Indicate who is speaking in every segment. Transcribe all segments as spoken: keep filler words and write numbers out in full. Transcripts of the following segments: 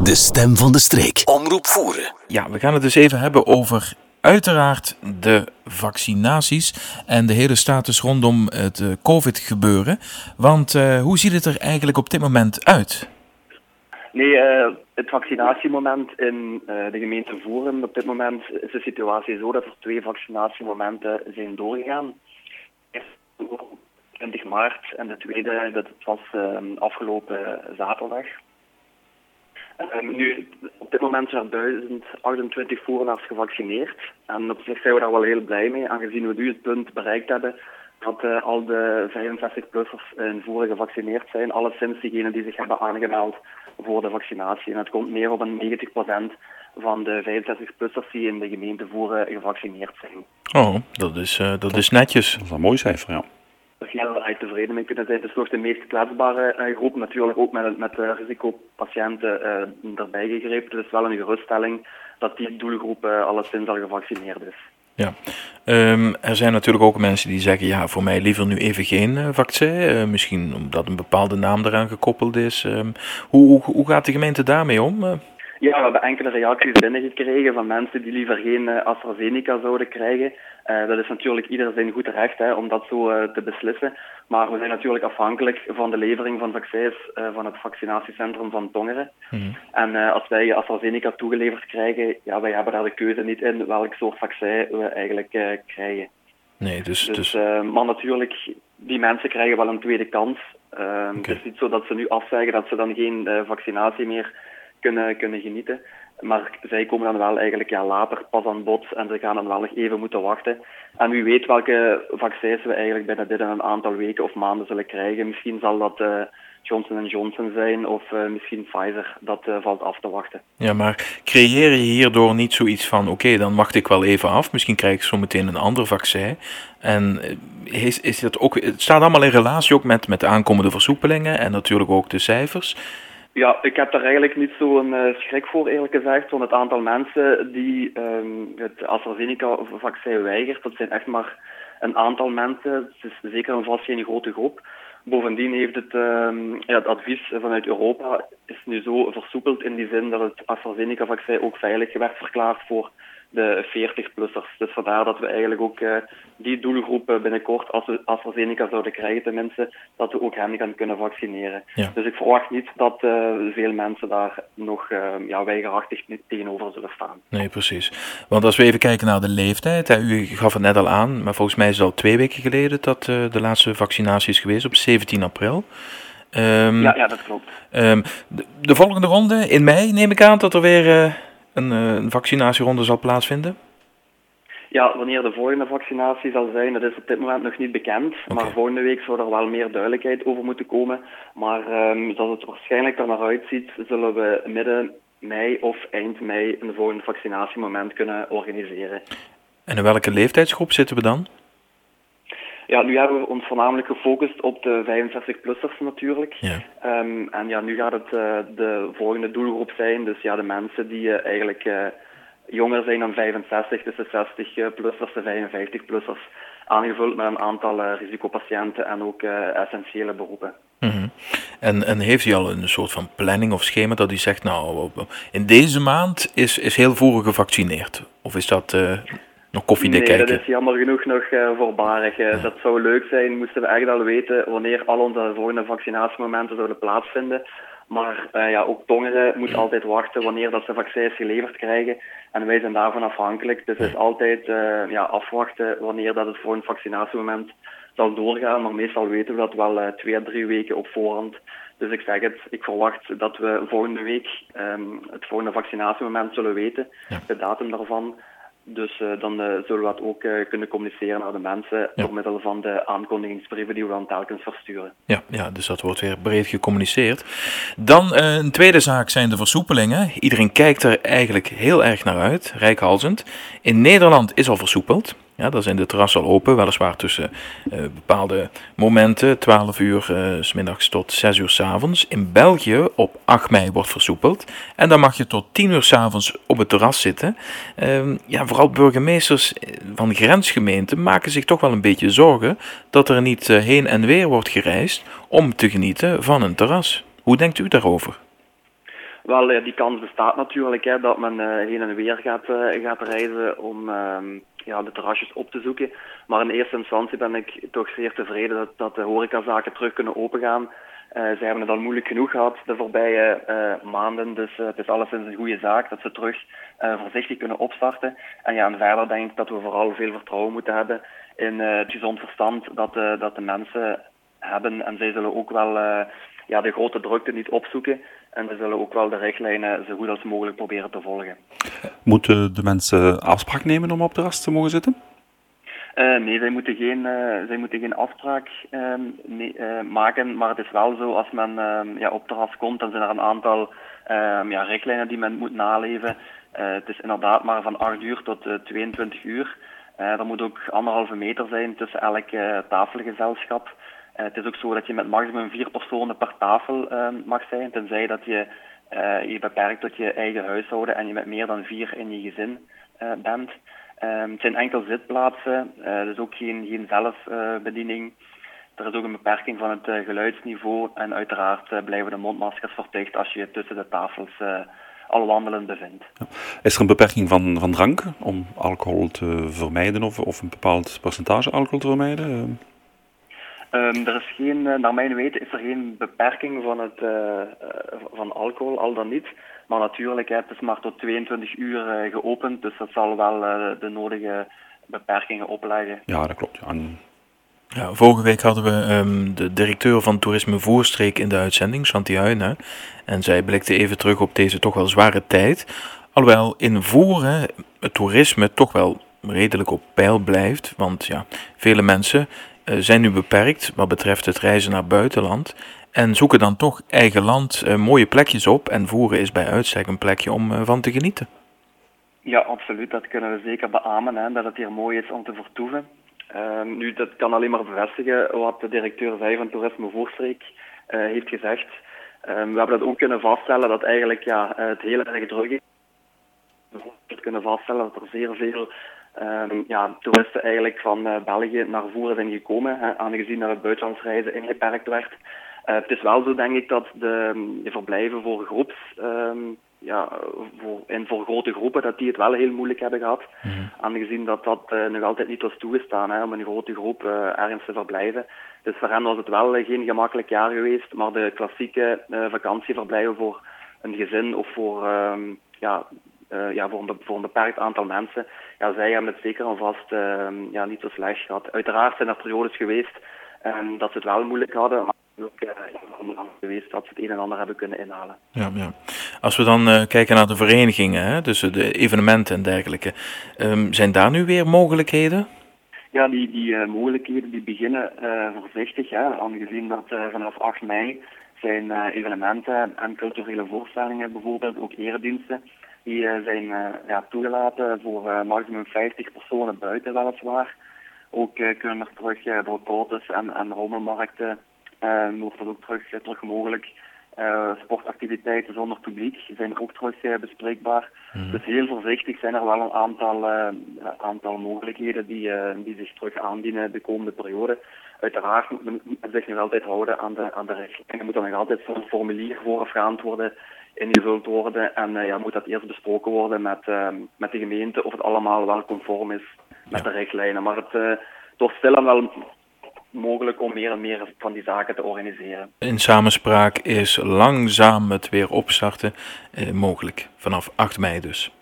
Speaker 1: De stem van de streek. Omroep Voeren.
Speaker 2: Ja, we gaan het dus even hebben over uiteraard de vaccinaties en de hele status rondom het uh, COVID-gebeuren. Want uh, hoe ziet het er eigenlijk op dit moment uit?
Speaker 3: Nee, uh, het vaccinatiemoment in uh, de gemeente Voeren, op dit moment is de situatie zo dat er twee vaccinatiemomenten zijn doorgegaan. twintig maart en de tweede, dat was uh, afgelopen zaterdag. Um, nu, op dit moment zijn er duizend achtentwintig Voerenaars gevaccineerd. En op zich zijn we daar wel heel blij mee, aangezien we nu het punt bereikt hebben dat uh, al de vijfenzestig-plussers in Voeren gevaccineerd zijn. Alleszins diegenen die zich hebben aangemeld voor de vaccinatie. En het komt neer op een negentig procent van de vijfenzestig-plussers die in de gemeente Voeren gevaccineerd zijn.
Speaker 2: Oh, dat is, uh, dat is netjes.
Speaker 4: Dat is een mooi cijfer, ja.
Speaker 3: Daar gaan we tevreden mee kunnen zijn. Het is nog de meest kwetsbare uh, groep, natuurlijk ook met, met uh, risicopatiënten uh, erbij gegrepen. Het is wel een geruststelling dat die doelgroep uh, alleszins al gevaccineerd is.
Speaker 2: Ja, um, er zijn natuurlijk ook mensen die zeggen, ja, voor mij liever nu even geen uh, vaccin. Uh, misschien omdat een bepaalde naam eraan gekoppeld is. Um, hoe, hoe, hoe gaat de gemeente daarmee om? Uh?
Speaker 3: Ja, we hebben enkele reacties binnengekregen van mensen die liever geen uh, AstraZeneca zouden krijgen. Uh, dat is natuurlijk ieder zijn goed recht hè, om dat zo uh, te beslissen. Maar we zijn natuurlijk afhankelijk van de levering van vaccins uh, van het vaccinatiecentrum van Tongeren. Mm-hmm. En uh, als wij AstraZeneca toegeleverd krijgen, ja, wij hebben daar de keuze niet in welk soort vaccin we eigenlijk uh, krijgen.
Speaker 2: Nee, dus...
Speaker 3: dus,
Speaker 2: dus...
Speaker 3: Uh, maar natuurlijk, die mensen krijgen wel een tweede kans. Uh, okay. Het is niet zo dat ze nu afzeggen dat ze dan geen uh, vaccinatie meer kunnen, kunnen genieten. Maar zij komen dan wel eigenlijk ja, later pas aan bod en ze gaan dan wel nog even moeten wachten. En wie weet welke vaccins we eigenlijk binnen dit een aantal weken of maanden zullen krijgen. Misschien zal dat uh, Johnson en Johnson zijn of uh, misschien Pfizer. Dat uh, valt af te wachten.
Speaker 2: Ja, maar creëer je hierdoor niet zoiets van, oké, okay, dan wacht ik wel even af. Misschien krijg ik zo meteen een ander vaccin. En is, is dat ook, het staat allemaal in relatie ook met, met de aankomende versoepelingen en natuurlijk ook de cijfers.
Speaker 3: Ja, ik heb daar eigenlijk niet zo'n uh, schrik voor, eerlijk gezegd. Want het aantal mensen die um, het AstraZeneca-vaccin weigert, dat zijn echt maar een aantal mensen. Het is zeker en vast geen grote groep. Bovendien heeft het, um, ja, het advies vanuit Europa is nu zo versoepeld in die zin dat het AstraZeneca-vaccin ook veilig werd verklaard voor de veertig-plussers. Dus vandaar dat we eigenlijk ook uh, die doelgroep binnenkort, als we AstraZeneca zouden krijgen tenminste, dat we ook hen gaan kunnen vaccineren. Ja. Dus ik verwacht niet dat uh, veel mensen daar nog uh, ja, weigerachtig tegenover zullen staan.
Speaker 2: Nee, precies. Want als we even kijken naar de leeftijd, hè, u gaf het net al aan, maar volgens mij is het al twee weken geleden dat uh, de laatste vaccinatie is geweest, op zeventien april. Um,
Speaker 3: ja, ja, dat klopt.
Speaker 2: Um, de, de volgende ronde, in mei neem ik aan dat er weer... Uh, Een, een vaccinatieronde zal plaatsvinden?
Speaker 3: Ja, wanneer de volgende vaccinatie zal zijn, dat is op dit moment nog niet bekend. Okay. Maar volgende week zou er wel meer duidelijkheid over moeten komen. Maar um, zoals het waarschijnlijk er naar uitziet, zullen we midden mei of eind mei een volgend vaccinatiemoment kunnen organiseren.
Speaker 2: En in welke leeftijdsgroep zitten we dan?
Speaker 3: Ja, nu hebben we ons voornamelijk gefocust op de vijfenzestig-plussers natuurlijk.
Speaker 2: Ja.
Speaker 3: Um, en ja, nu gaat het uh, de volgende doelgroep zijn. Dus ja, de mensen die uh, eigenlijk uh, jonger zijn dan vijfenzestig, dus de zestig-plussers, de vijfenvijftig-plussers. Aangevuld met een aantal uh, risicopatiënten en ook uh, essentiële beroepen.
Speaker 2: Mm-hmm. En, en heeft u al een soort van planning of schema dat u zegt, nou, in deze maand is, is heel Voeren gevaccineerd? Of is dat... Uh... nog koffiedik
Speaker 3: nee,
Speaker 2: kijken?
Speaker 3: Nee, dat is jammer genoeg nog uh, voorbarig. Uh, ja. Dat zou leuk zijn, moesten we echt al weten wanneer al onze volgende vaccinatiemomenten zouden plaatsvinden. Maar uh, ja, ook Tongeren moet altijd wachten wanneer dat ze vaccins geleverd krijgen. En wij zijn daarvan afhankelijk. Dus het is altijd uh, ja, afwachten wanneer dat het volgende vaccinatiemoment zal doorgaan. Maar meestal weten we dat wel uh, twee à drie weken op voorhand. Dus ik zeg het, ik verwacht dat we volgende week um, het volgende vaccinatiemoment zullen weten. Ja. De datum daarvan. Dus uh, dan uh, zullen we dat ook uh, kunnen communiceren naar de mensen ja. door middel van de aankondigingsbrieven die we dan telkens versturen.
Speaker 2: Ja, ja, dus dat wordt weer breed gecommuniceerd. Dan uh, een tweede zaak zijn de versoepelingen. Iedereen kijkt er eigenlijk heel erg naar uit, reikhalzend. In Nederland is al versoepeld. Ja, daar zijn de terrassen al open, weliswaar tussen uh, bepaalde momenten, twaalf uur uh, 's middags tot zes uur 's avonds. In België op acht mei wordt versoepeld en dan mag je tot tien uur 's avonds op het terras zitten. Uh, ja, vooral burgemeesters van grensgemeenten maken zich toch wel een beetje zorgen dat er niet uh, heen en weer wordt gereisd om te genieten van een terras. Hoe denkt u daarover?
Speaker 3: Wel, ja, die kans bestaat natuurlijk, hè, dat men uh, heen en weer gaat, uh, gaat reizen om uh, ja, de terrasjes op te zoeken. Maar in eerste instantie ben ik toch zeer tevreden dat, dat de horecazaken terug kunnen opengaan. Uh, ze hebben het al moeilijk genoeg gehad de voorbije uh, maanden, dus uh, het is alleszins een goede zaak dat ze terug uh, voorzichtig kunnen opstarten. En ja, en verder denk ik dat we vooral veel vertrouwen moeten hebben in uh, het gezond verstand dat, uh, dat de mensen hebben. En zij zullen ook wel uh, ja, de grote drukte niet opzoeken. En we zullen ook wel de richtlijnen zo goed als mogelijk proberen te volgen.
Speaker 4: Moeten de mensen afspraak nemen om op de terras te mogen zitten?
Speaker 3: Uh, nee, zij moeten geen, uh, zij moeten geen afspraak uh, nee, uh, maken, maar het is wel zo, als men uh, ja, op terras komt, dan zijn er een aantal uh, ja, richtlijnen die men moet naleven. Uh, het is inderdaad maar van acht uur tot uh, tweeëntwintig uur. Uh, er moet ook anderhalve meter zijn tussen elk uh, tafelgezelschap. Uh, het is ook zo dat je met maximum vier personen per tafel uh, mag zijn, tenzij dat je uh, je beperkt tot je eigen huishouden en je met meer dan vier in je gezin uh, bent. Um, het zijn enkel zitplaatsen, uh, dus ook geen, geen zelfbediening. Uh, er is ook een beperking van het uh, geluidsniveau en uiteraard uh, blijven de mondmaskers verplicht als je je tussen de tafels uh, al wandelend bevindt.
Speaker 4: Ja. Is er een beperking van, van drank om alcohol te vermijden of, of een bepaald percentage alcohol te vermijden?
Speaker 3: Um, er is geen, uh, naar mijn weten is er geen beperking van, het, uh, uh, van alcohol, al dan niet. Maar natuurlijk, hè, het is maar tot tweeëntwintig uur uh, geopend, dus dat zal wel uh, de nodige beperkingen opleggen.
Speaker 4: Ja, dat klopt. Ja. En...
Speaker 2: Ja, vorige week hadden we um, de directeur van Toerisme Voorstreek in de uitzending, Shanti Huyne. En zij blikte even terug op deze toch wel zware tijd. Alhoewel in Voeren het toerisme toch wel redelijk op peil blijft. Want ja, vele mensen uh, zijn nu beperkt wat betreft het reizen naar buitenland. En zoeken dan toch eigen land uh, mooie plekjes op. En Voeren is bij uitstek een plekje om uh, van te genieten.
Speaker 3: Ja, absoluut. Dat kunnen we zeker beamen, hè, dat het hier mooi is om te vertoeven. Uh, nu, dat kan alleen maar bevestigen wat de directeur zei van Toerisme Voorstreek uh, heeft gezegd. Uh, we hebben dat ook kunnen vaststellen dat eigenlijk ja, het heel erg druk is. We hebben kunnen vaststellen dat er zeer veel um, ja, toeristen eigenlijk van uh, België naar Voeren zijn gekomen, hè, aangezien dat het buitenlandsreizen ingeperkt werd. Uh, het is wel zo, denk ik, dat de, de verblijven voor groeps, um, ja, voor, en voor grote groepen, dat die het wel heel moeilijk hebben gehad. Mm-hmm. Aangezien dat dat uh, nog altijd niet was toegestaan, hè, om een grote groep uh, ergens te verblijven. Dus voor hen was het wel uh, geen gemakkelijk jaar geweest, maar de klassieke uh, vakantieverblijven voor een gezin of voor, um, ja, uh, ja, voor, een, voor een beperkt aantal mensen, ja, zij hebben het zeker en vast uh, ja, niet zo slecht gehad. Uiteraard zijn er periodes geweest um, dat ze het wel moeilijk hadden, maar ook uh, geweest dat ze het een en ander hebben kunnen inhalen.
Speaker 2: Ja, ja. Als we dan uh, kijken naar de verenigingen, hè, dus de evenementen en dergelijke, um, zijn daar nu weer mogelijkheden?
Speaker 3: Ja, die, die uh, mogelijkheden die beginnen uh, voorzichtig, hè, aangezien dat uh, vanaf acht mei zijn uh, evenementen en culturele voorstellingen, bijvoorbeeld ook erediensten, die uh, zijn uh, ja, toegelaten voor uh, maximum vijftig personen buiten weliswaar. Ook uh, kunnen er terug uh, door portes en, en rommelmarkten Uh, wordt dat ook terug, terug mogelijk. Uh, sportactiviteiten zonder publiek zijn ook terug uh, bespreekbaar. Mm. Dus heel voorzichtig zijn er wel een aantal, uh, aantal mogelijkheden die, uh, die zich terug aandienen de komende periode. Uiteraard moet men zich nog altijd houden aan de, aan de richtlijnen. Er moet dan nog altijd zo'n formulier voorafgaand worden ingevuld worden. En uh, ja, moet dat eerst besproken worden met, uh, met de gemeente of het allemaal wel conform is met ja. de richtlijnen. Maar het uh, wordt stilaan wel mogelijk om meer en meer van die zaken te organiseren.
Speaker 2: In samenspraak is langzaam het weer opstarten eh, mogelijk, vanaf acht mei dus.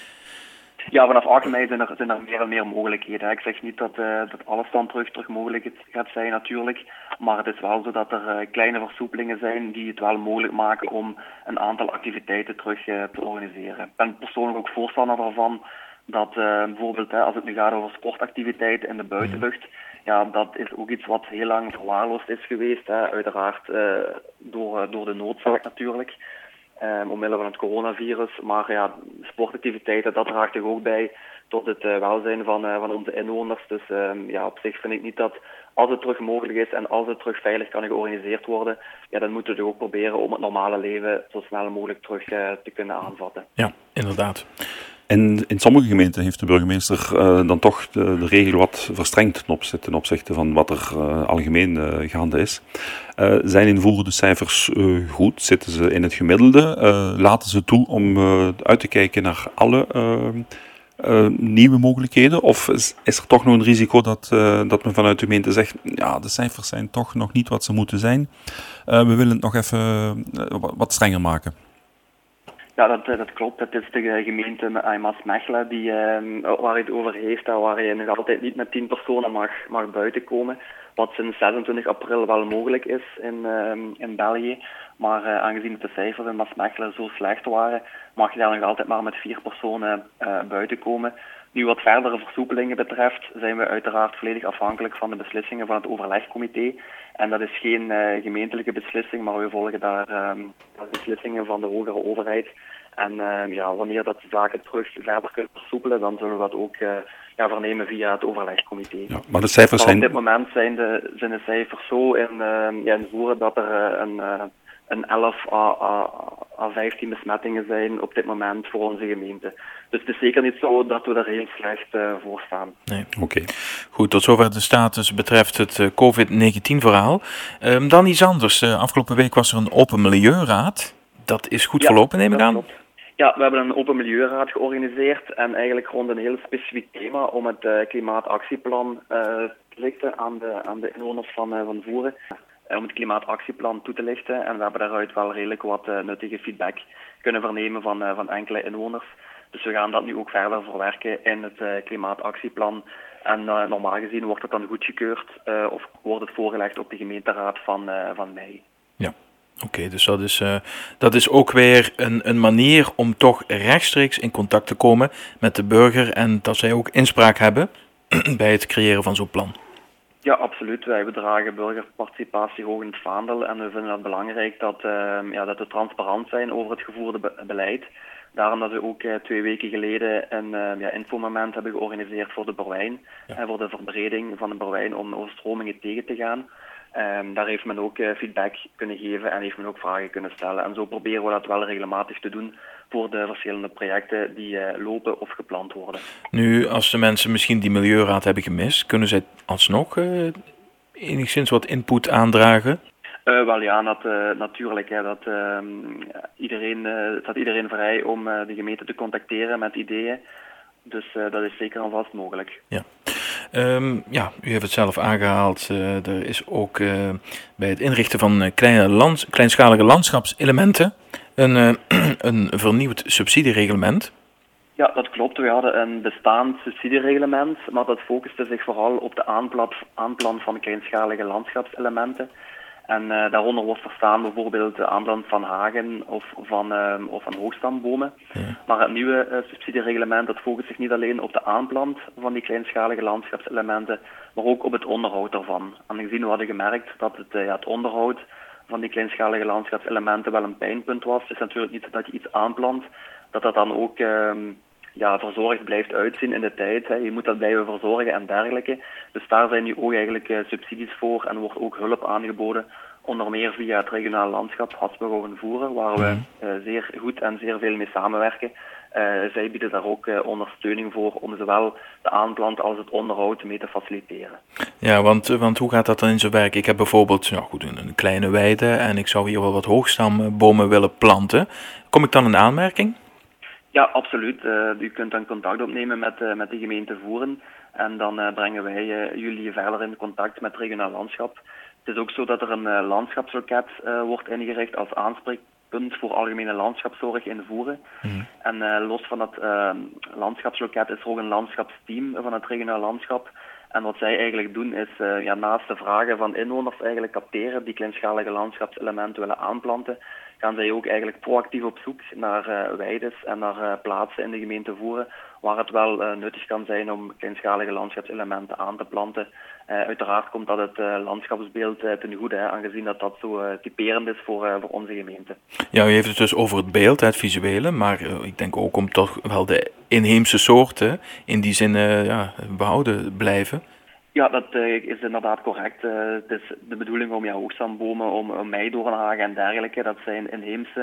Speaker 3: Ja, vanaf acht mei zijn er, zijn er meer en meer mogelijkheden. Ik zeg niet dat, uh, dat alles dan terug, terug mogelijk gaat zijn natuurlijk, maar het is wel zo dat er uh, kleine versoepelingen zijn die het wel mogelijk maken om een aantal activiteiten terug uh, te organiseren. Ik ben persoonlijk ook voorstander daarvan dat uh, bijvoorbeeld hè, als het nu gaat over sportactiviteiten in de buitenlucht, ja, dat is ook iets wat heel lang verwaarloosd is geweest, hè. Uiteraard uh, door, door de noodzaak natuurlijk, um, omwille van het coronavirus. Maar ja, sportactiviteiten, dat draagt er ook bij tot het uh, welzijn van, uh, van onze inwoners. Dus um, ja, op zich vind ik niet dat als het terug mogelijk is en als het terug veilig kan georganiseerd worden, ja, dan moeten we ook proberen om het normale leven zo snel mogelijk terug uh, te kunnen aanvatten.
Speaker 2: Ja, inderdaad.
Speaker 4: En in sommige gemeenten heeft de burgemeester uh, dan toch de, de regel wat verstrengd ten opzichte, ten opzichte van wat er uh, algemeen uh, gaande is. Uh, zijn in Voeren de cijfers uh, goed? Zitten ze in het gemiddelde? Uh, laten ze toe om uh, uit te kijken naar alle uh, uh, nieuwe mogelijkheden? Of is, is er toch nog een risico dat, uh, dat men vanuit de gemeente zegt, ja, de cijfers zijn toch nog niet wat ze moeten zijn. Uh, we willen het nog even uh, wat strenger maken.
Speaker 3: Ja, dat, dat klopt. Het is de gemeente Maasmechelen die, uh, waar het over heeft, waar je nog altijd niet met tien personen mag, mag buiten komen. Wat sinds zesentwintig april wel mogelijk is in, uh, in België. Maar uh, aangezien de cijfers in Maasmechelen zo slecht waren, mag je daar nog altijd maar met vier personen uh, buiten komen. Nu, wat verdere versoepelingen betreft, zijn we uiteraard volledig afhankelijk van de beslissingen van het overlegcomité. En dat is geen uh, gemeentelijke beslissing, maar we volgen daar um, de beslissingen van de hogere overheid. En uh, ja, wanneer dat de zaken terug verder kunnen versoepelen, dan zullen we dat ook uh, ja, vernemen via het overlegcomité.
Speaker 4: Ja, maar de cijfers zijn...
Speaker 3: Op dit moment zijn de, zijn de cijfers zo in, uh, ja, in Voeren dat er uh, een... Uh, een elf à vijftien besmettingen zijn op dit moment voor onze gemeente. Dus het is zeker niet zo dat we daar heel slecht uh, voor staan.
Speaker 2: Nee. Oké. Okay. Goed, tot zover de status betreft het uh, covid negentien verhaal. Um, dan iets anders. Uh, afgelopen week was er een open milieuraad. Dat is goed ja, verlopen, neem ik aan?
Speaker 3: Klopt. Ja, we hebben een open milieuraad georganiseerd en eigenlijk rond een heel specifiek thema om het uh, klimaatactieplan uh, te lichten aan de, aan de inwoners van, uh, van Voeren. Om het klimaatactieplan toe te lichten. En we hebben daaruit wel redelijk wat uh, nuttige feedback kunnen vernemen van, uh, van enkele inwoners. Dus we gaan dat nu ook verder verwerken in het uh, klimaatactieplan. En uh, normaal gezien wordt het dan goedgekeurd uh, of wordt het voorgelegd op de gemeenteraad van, uh, van mei.
Speaker 2: Ja, oké. Okay, dus dat is, uh, dat is ook weer een, een manier om toch rechtstreeks in contact te komen met de burger. En dat zij ook inspraak hebben bij het creëren van zo'n plan.
Speaker 3: Ja, absoluut. Wij bedragen burgerparticipatie hoog in het vaandel en we vinden het belangrijk dat, uh, ja, dat we transparant zijn over het gevoerde be- beleid. Daarom dat we ook uh, twee weken geleden een uh, ja, infomoment hebben georganiseerd voor de Berwijn. Ja. En voor de verbreding van de Berwijn om overstromingen tegen te gaan. Um, daar heeft men ook uh, feedback kunnen geven en heeft men ook vragen kunnen stellen. En zo proberen we dat wel regelmatig te doen voor de verschillende projecten die uh, lopen of gepland worden.
Speaker 2: Nu, als de mensen misschien die milieuraad hebben gemist, kunnen zij alsnog uh, enigszins wat input aandragen?
Speaker 3: Uh, wel ja, dat, uh, natuurlijk. Hè, dat, uh, iedereen, uh, het staat iedereen vrij om uh, de gemeente te contacteren met ideeën. Dus uh, dat is zeker en vast mogelijk.
Speaker 2: Ja. Um, ja, u heeft het zelf aangehaald. Uh, er is ook uh, bij het inrichten van uh, kleine land, kleinschalige landschapselementen een, uh, een vernieuwd subsidiereglement.
Speaker 3: Ja, dat klopt. We hadden een bestaand subsidiereglement, maar dat focuste zich vooral op de aanplan, aanplan van kleinschalige landschapselementen. En uh, daaronder wordt verstaan bijvoorbeeld de aanplant van hagen of van, uh, of van hoogstambomen. Ja. Maar het nieuwe uh, subsidiereglement dat focust zich niet alleen op de aanplant van die kleinschalige landschapselementen, maar ook op het onderhoud daarvan. En gezien we hadden gemerkt dat het, uh, ja, het onderhoud van die kleinschalige landschapselementen wel een pijnpunt was. Het is natuurlijk niet dat je iets aanplant, dat dat dan ook... Uh, ja, verzorgd blijft uitzien in de tijd. Hè. Je moet dat blijven verzorgen en dergelijke. Dus daar zijn nu ook eigenlijk uh, subsidies voor en wordt ook hulp aangeboden. Onder meer via het regionaal landschap Hatsburg en Voeren, waar we uh, zeer goed en zeer veel mee samenwerken. Uh, zij bieden daar ook uh, ondersteuning voor om zowel de aanplant als het onderhoud mee te faciliteren.
Speaker 2: Ja, want, want hoe gaat dat dan in zijn werk? Ik heb bijvoorbeeld nou goed, een, een kleine weide en ik zou hier wel wat hoogstambomen willen planten. Kom ik dan in aanmerking?
Speaker 3: Ja, absoluut. Uh, u kunt dan contact opnemen met, uh, met de gemeente Voeren en dan uh, brengen wij uh, jullie verder in contact met het regionaal landschap. Het is ook zo dat er een uh, landschapsloket uh, wordt ingericht als aanspreekpunt voor algemene landschapszorg in Voeren. Mm. En uh, los van dat uh, landschapsloket is er ook een landschapsteam van het regionaal landschap. En wat zij eigenlijk doen is uh, ja, naast de vragen van inwoners eigenlijk capteren die kleinschalige landschapselementen willen aanplanten, gaan zij ook eigenlijk proactief op zoek naar uh, weides en naar uh, plaatsen in de gemeente Voeren waar het wel uh, nuttig kan zijn om kleinschalige landschapselementen aan te planten. Uh, uiteraard komt dat het uh, landschapsbeeld uh, ten goede, hè, aangezien dat dat zo uh, typerend is voor, uh, voor onze gemeente.
Speaker 2: Ja, u heeft het dus over het beeld, het visuele, maar uh, ik denk ook om toch wel de inheemse soorten in die zin uh, ja, behouden blijven.
Speaker 3: Ja, dat uh, is inderdaad correct. Uh, het is de bedoeling om ja, hoogstambomen, om, om meidoornhagen en dergelijke, dat zijn inheemse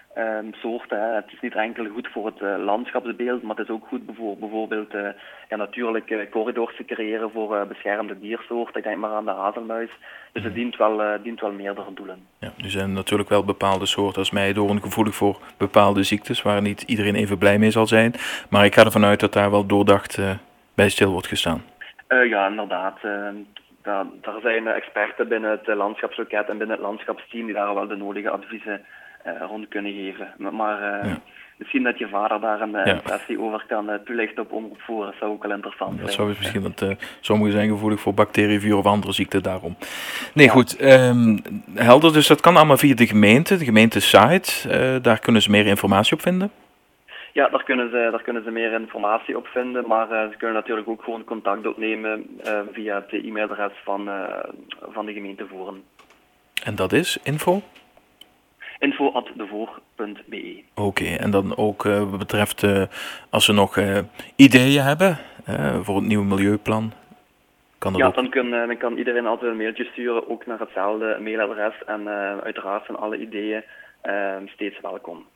Speaker 3: um, soorten. Hè. Het is niet enkel goed voor het uh, landschapsbeeld, maar het is ook goed voor bijvoorbeeld uh, ja, natuurlijk uh, corridors te creëren voor uh, beschermde diersoorten. Ik denk maar aan de hazelmuis. Dus het dient wel, uh, dient wel meerdere doelen.
Speaker 2: Ja, er zijn natuurlijk wel bepaalde soorten als meidoorn gevoelig voor bepaalde ziektes, waar niet iedereen even blij mee zal zijn. Maar ik ga ervan uit dat daar wel doordacht uh, bij stil wordt gestaan.
Speaker 3: Uh, ja, inderdaad. Uh, daar, daar zijn uh, experten binnen het uh, landschapsloket en binnen het landschapsteam die daar wel de nodige adviezen uh, rond kunnen geven. Maar uh, ja. misschien dat je vader daar een, ja. een sessie over kan uh, toelichten op Omroep Voeren. Dat zou ook wel interessant zijn.
Speaker 2: Dat zou misschien, want uh, sommigen zijn gevoelig voor bacterievuur of andere ziekten daarom. Nee, ja. goed. Um, helder, dus dat kan allemaal via de gemeente, de gemeentesite. Uh, daar kunnen ze meer informatie op vinden.
Speaker 3: Ja, daar kunnen, ze, daar kunnen ze meer informatie op vinden, maar uh, ze kunnen natuurlijk ook gewoon contact opnemen uh, via het e-mailadres van, uh, van de gemeente Voeren.
Speaker 2: En dat is info?
Speaker 3: info at devoor punt b e.
Speaker 2: Oké, okay, en dan ook uh, wat betreft uh, als ze nog uh, ideeën hebben uh, voor het nieuwe milieuplan? Kan dat
Speaker 3: ja,
Speaker 2: ook?
Speaker 3: Dan, kan, uh, dan kan iedereen altijd een mailtje sturen, ook naar hetzelfde mailadres en uh, uiteraard zijn alle ideeën uh, steeds welkom.